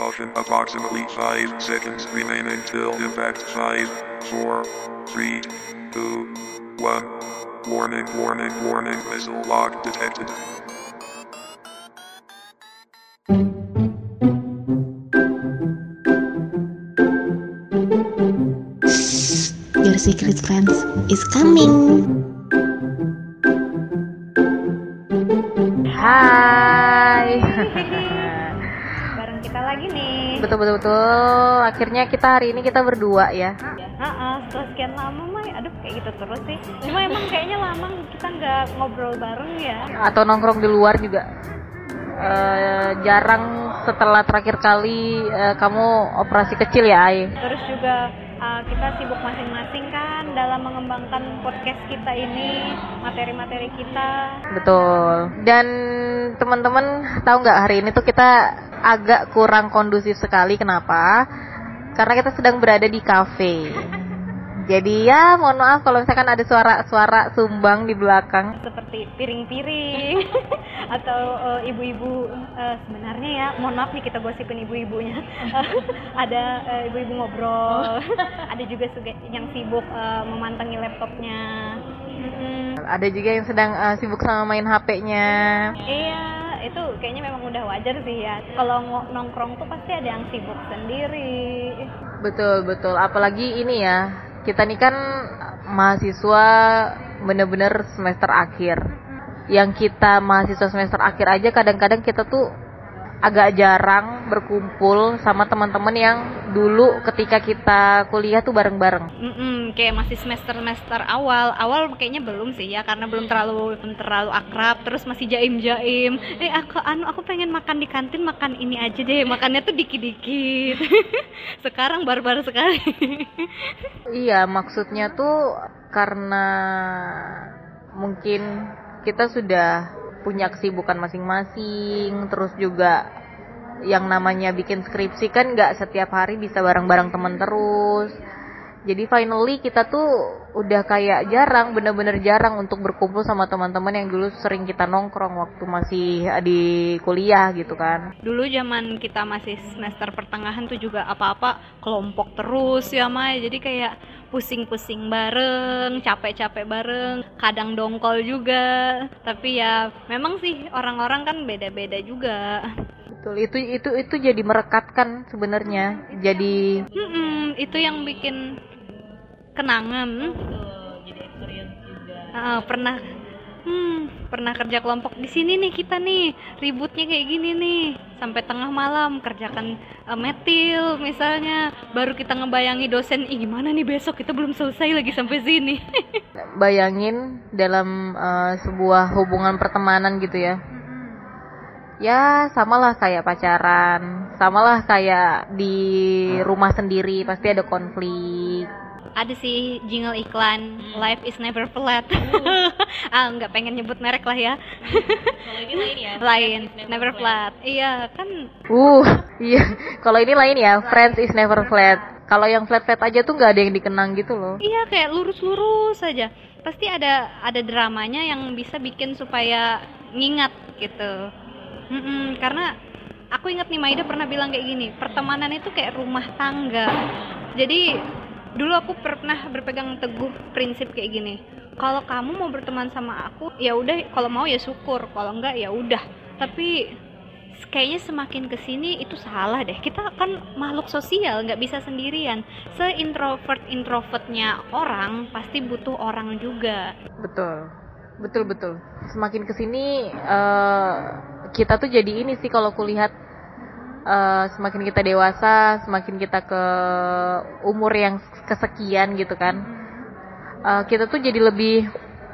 Caution, approximately 5 seconds remain until impact. 5, 4, 3, 2, 1. Warning, warning, warning, missile lock detected. Your secret friends is coming. Hai. Bareng kita lagi nih. Betul. Akhirnya kita hari ini kita berdua ya. Setelah sekian lama mah, aduh kayak gitu terus sih. Cuma emang kayaknya lama kita nggak ngobrol bareng ya. Atau nongkrong di luar juga. Jarang setelah terakhir kali kamu operasi kecil ya, Ai. Terus juga kita sibuk masing-masing kan dalam mengembangkan podcast kita ini, materi-materi kita. Betul. Dan teman-teman tahu nggak, hari ini tuh kita agak kurang kondusif sekali. Kenapa? Karena kita sedang berada di kafe. Jadi ya mohon maaf kalau misalkan ada suara-suara sumbang di belakang. Seperti piring-piring atau ibu-ibu, sebenarnya ya mohon maaf nih kita gosipin ibu-ibunya. Ada ibu-ibu ngobrol. Ada juga yang sibuk memantangi laptopnya. Ada juga yang sedang sibuk sama main HP-nya. Iya, itu kayaknya memang udah wajar sih ya. Kalau nongkrong tuh pasti ada yang sibuk sendiri. Betul. Apalagi ini ya, kita nih kan mahasiswa bener-bener semester akhir. Yang kita mahasiswa semester akhir aja kadang-kadang kita tuh agak jarang berkumpul sama teman-teman yang dulu ketika kita kuliah tuh bareng-bareng. Kayak masih semester awal kayaknya belum sih ya, karena belum terlalu akrab, terus masih jaim. Aku pengen makan di kantin, makan ini aja deh, makannya tuh dikit-dikit. Sekarang barbar sekali. Iya, maksudnya tuh karena mungkin kita sudah punya kesibukan masing-masing, terus juga yang namanya bikin skripsi kan nggak setiap hari bisa bareng-bareng teman terus. Jadi finally kita tuh udah kayak bener-bener jarang untuk berkumpul sama teman-teman yang dulu sering kita nongkrong waktu masih di kuliah gitu kan. Dulu zaman kita masih semester pertengahan tuh juga apa-apa kelompok terus ya Mai, jadi kayak pusing-pusing bareng, capek-capek bareng, kadang dongkol juga. Tapi ya memang sih orang-orang kan beda-beda juga. Betul, itu jadi merekatkan sebenarnya. Jadi itu yang bikin kenangan. Jadi experience juga. Pernah kerja kelompok di sini nih, kita nih ributnya kayak gini nih sampai tengah malam kerjakan metil misalnya, baru kita ngebayangi dosen, gimana nih besok kita belum selesai lagi sampai sini. Bayangin dalam sebuah hubungan pertemanan gitu ya. Ya samalah kayak pacaran, samalah kayak di rumah sendiri, pasti ada konflik. Ada sih jingle iklan, life is never flat. Nggak pengen nyebut merek lah ya. Kalau ini lain ya? Lain, never flat. Iya kan. Iya. Kalau ini lain ya, friends is never flat. Kalau yang flat-flat aja tuh nggak ada yang dikenang gitu loh. Iya, kayak lurus-lurus aja. Pasti ada dramanya yang bisa bikin supaya ngingat gitu. Karena aku ingat nih Maida pernah bilang kayak gini, pertemanan itu kayak rumah tangga. Jadi dulu aku pernah berpegang teguh prinsip kayak gini, kalau kamu mau berteman sama aku ya udah, kalau mau ya syukur, kalau enggak ya udah. Tapi kayaknya semakin kesini itu salah deh, kita kan makhluk sosial, nggak bisa sendirian. Introvertnya orang pasti butuh orang juga. Betul. Semakin kesini kita tuh jadi ini sih kalau kulihat, semakin kita dewasa, semakin kita ke umur yang kesekian gitu kan, kita tuh jadi lebih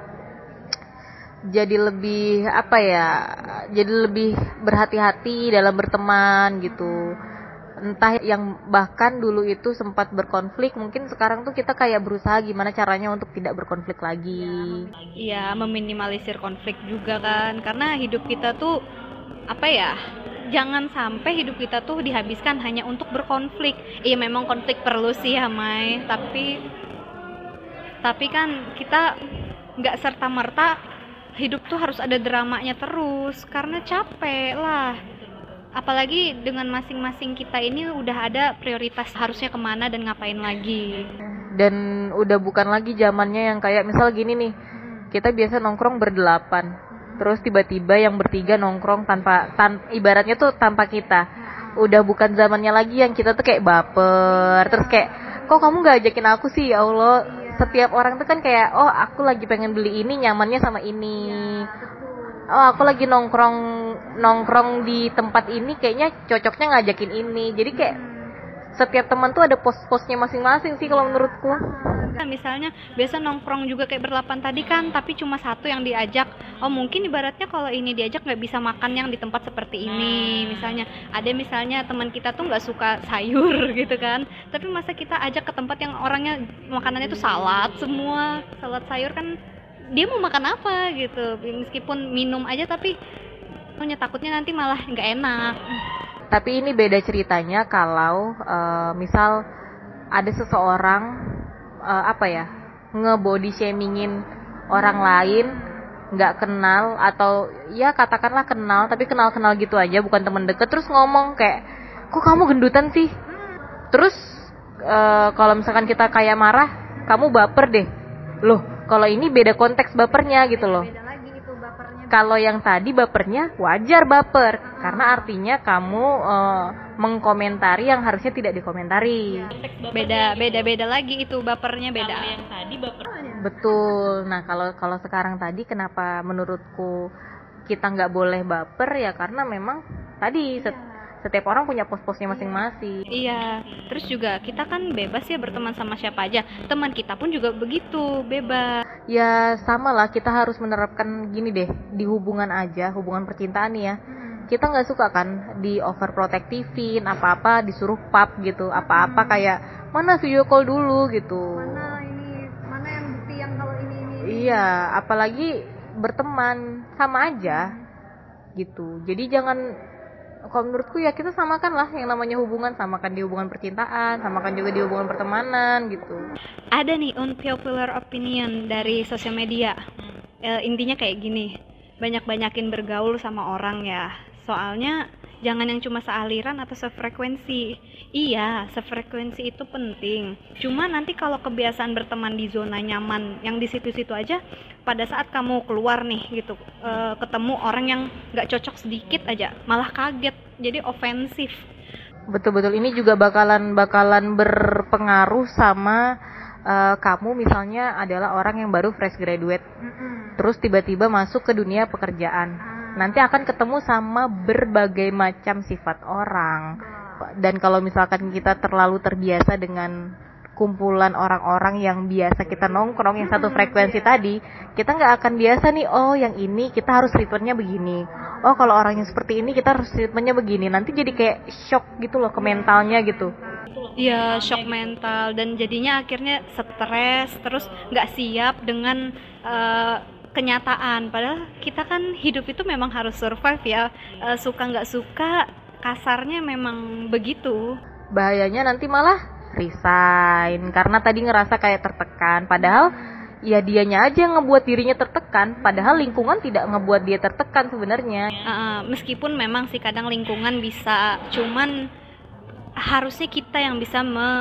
apa ya, jadi lebih berhati-hati dalam berteman gitu. Entah yang bahkan dulu itu sempat berkonflik, mungkin sekarang tuh kita kayak berusaha gimana caranya untuk tidak berkonflik lagi. Iya, meminimalisir konflik juga kan, karena hidup kita tuh apa ya, jangan sampai hidup kita tuh dihabiskan hanya untuk berkonflik. Iya memang konflik perlu sih ya Mai, tapi kan kita nggak serta-merta hidup tuh harus ada dramanya terus, karena capek lah. apalagi dengan masing-masing kita ini udah ada prioritas harusnya kemana dan ngapain lagi. Dan udah bukan lagi zamannya yang kayak misal gini nih, kita biasa nongkrong berdelapan, terus tiba-tiba yang bertiga nongkrong ibaratnya tuh tanpa kita. Udah bukan zamannya lagi yang kita tuh kayak baper, terus kayak kok kamu gak ajakin aku sih, ya Allah. Setiap orang tuh kan kayak, oh aku lagi pengen beli ini, nyamannya sama ini. Oh aku lagi nongkrong di tempat ini, kayaknya cocoknya ngajakin ini. Jadi kayak setiap teman tuh ada pos-posnya masing-masing sih kalau menurutku. Nah, misalnya biasa nongkrong juga kayak berdelapan tadi kan, tapi cuma satu yang diajak. Oh mungkin ibaratnya kalau ini diajak nggak bisa makan yang di tempat seperti ini. Misalnya teman kita tuh nggak suka sayur gitu kan, tapi masa kita ajak ke tempat yang orangnya makanannya tuh salad semua, salad sayur kan dia mau makan apa gitu. Meskipun minum aja tapi takutnya nanti malah nggak enak. Tapi ini beda ceritanya kalau misal ada seseorang nge-body shamingin orang lain, nggak kenal atau ya katakanlah kenal tapi kenal gitu aja, bukan teman deket, terus ngomong kayak kok kamu gendutan sih, terus kalau misalkan kita kayak marah, kamu baper deh loh. Kalau ini beda konteks bapernya gitu loh. Kalau yang tadi bapernya wajar baper, karena artinya kamu mengkomentari yang harusnya tidak dikomentari. Beda lagi itu bapernya beda. Kalau yang tadi baper. Betul. Nah kalau sekarang tadi kenapa menurutku kita nggak boleh baper ya karena memang tadi setiap orang punya pos-posnya masing-masing. Iya, terus juga kita kan bebas ya berteman sama siapa aja. Teman kita pun juga begitu, bebas. Ya sama lah, kita harus menerapkan gini deh, di hubungan aja, hubungan percintaan nih ya. Kita nggak suka kan di overprotectivin, apa-apa disuruh pap gitu, apa-apa kayak mana video call dulu gitu. Mana yang bukti yang kalau ini. Iya, apalagi berteman sama aja gitu. Jadi jangan, kalau menurutku ya kita samakan lah yang namanya hubungan, samakan di hubungan percintaan, samakan juga di hubungan pertemanan gitu. Ada nih unpopular opinion dari sosial media. Intinya kayak gini, banyakin bergaul sama orang ya. Soalnya jangan yang cuma sealiran atau sefrekuensi. Iya, sefrekuensi itu penting. Cuma nanti kalau kebiasaan berteman di zona nyaman yang di situ-situ aja, pada saat kamu keluar nih gitu, ketemu orang yang nggak cocok sedikit aja, malah kaget, jadi ofensif. Betul-betul, ini juga bakalan berpengaruh sama kamu misalnya adalah orang yang baru fresh graduate, terus tiba-tiba masuk ke dunia pekerjaan. Nanti akan ketemu sama berbagai macam sifat orang. Dan kalau misalkan kita terlalu terbiasa dengan kumpulan orang-orang yang biasa kita nongkrong, yang satu frekuensi tadi, kita nggak akan biasa nih, oh yang ini kita harus treatmentnya begini, oh kalau orangnya seperti ini kita harus treatmentnya begini. Nanti jadi kayak shock gitu loh ke mentalnya gitu. Iya, shock mental, dan jadinya akhirnya stres, terus nggak siap dengan kenyataan. Padahal kita kan hidup itu memang harus survive ya, suka nggak suka, kasarnya memang begitu. Bahayanya nanti malah resign karena tadi ngerasa kayak tertekan, padahal ya dianya aja yang ngebuat dirinya tertekan, padahal lingkungan tidak ngebuat dia tertekan sebenarnya. Meskipun memang sih kadang lingkungan bisa, cuman harusnya kita yang bisa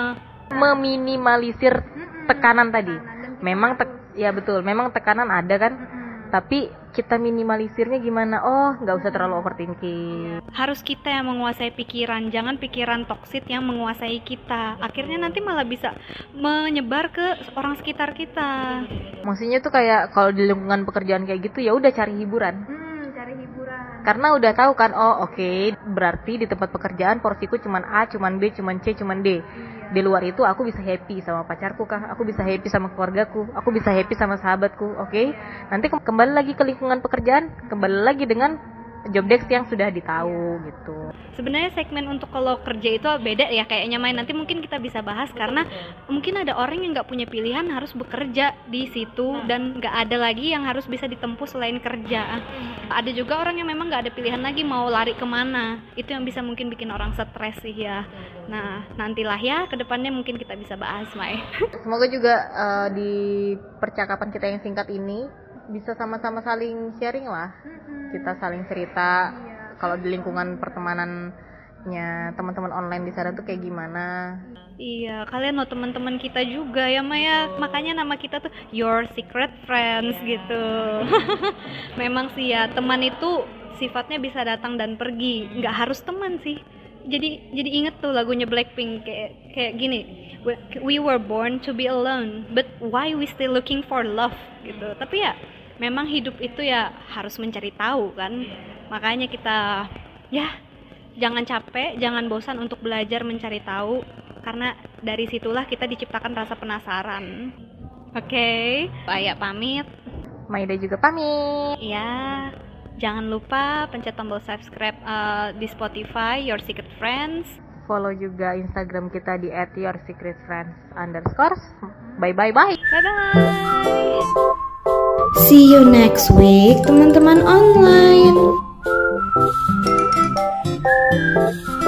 meminimalisir tekanan tadi. Memang ya betul, memang tekanan ada kan, tapi kita minimalisirnya gimana? Oh, nggak usah terlalu overthinking. Harus kita yang menguasai pikiran, jangan pikiran toksit yang menguasai kita. Akhirnya nanti malah bisa menyebar ke orang sekitar kita. Maksudnya tuh kayak kalau di lingkungan pekerjaan kayak gitu ya udah cari hiburan. Karena udah tahu kan, oh oke, berarti di tempat pekerjaan porsiku cuman A, cuman B, cuman C, cuman D. Di luar itu aku bisa happy sama pacarku kah, aku bisa happy sama keluargaku, aku bisa happy sama sahabatku, oke? Nanti kembali lagi ke lingkungan pekerjaan, kembali lagi dengan job desk yang sudah ditahu gitu. Sebenarnya segmen untuk kalau kerja itu beda ya kayaknya, main nanti mungkin kita bisa bahas, karena mungkin ada orang yang nggak punya pilihan harus bekerja di situ dan nggak ada lagi yang harus bisa ditempuh selain kerja. Ada juga orang yang memang nggak ada pilihan lagi mau lari kemana, itu yang bisa mungkin bikin orang stres sih ya. Nah nantilah ya kedepannya mungkin kita bisa bahas, Mai. Semoga juga di percakapan kita yang singkat ini bisa sama-sama saling sharing lah. Kita saling cerita kalau di lingkungan pertemanannya teman-teman online di sana tuh kayak gimana. Iya, kalian loh teman-teman kita juga ya Maya. Makanya nama kita tuh Your Secret Friends gitu. Memang sih ya, teman itu sifatnya bisa datang dan pergi, nggak harus teman sih. Jadi inget tuh lagunya Blackpink kayak gini. We were born to be alone, but why we still looking for love gitu. Tapi ya memang hidup itu ya harus mencari tahu kan. Makanya kita ya jangan capek, jangan bosan untuk belajar mencari tahu, karena dari situlah kita diciptakan rasa penasaran. Oke, Aya pamit. Maida juga pamit. Ya, jangan lupa pencet tombol subscribe di Spotify Your Secret Friends. Follow juga Instagram kita di @yoursecretfriends_. Bye. Bye bye. See you next week, teman-teman online.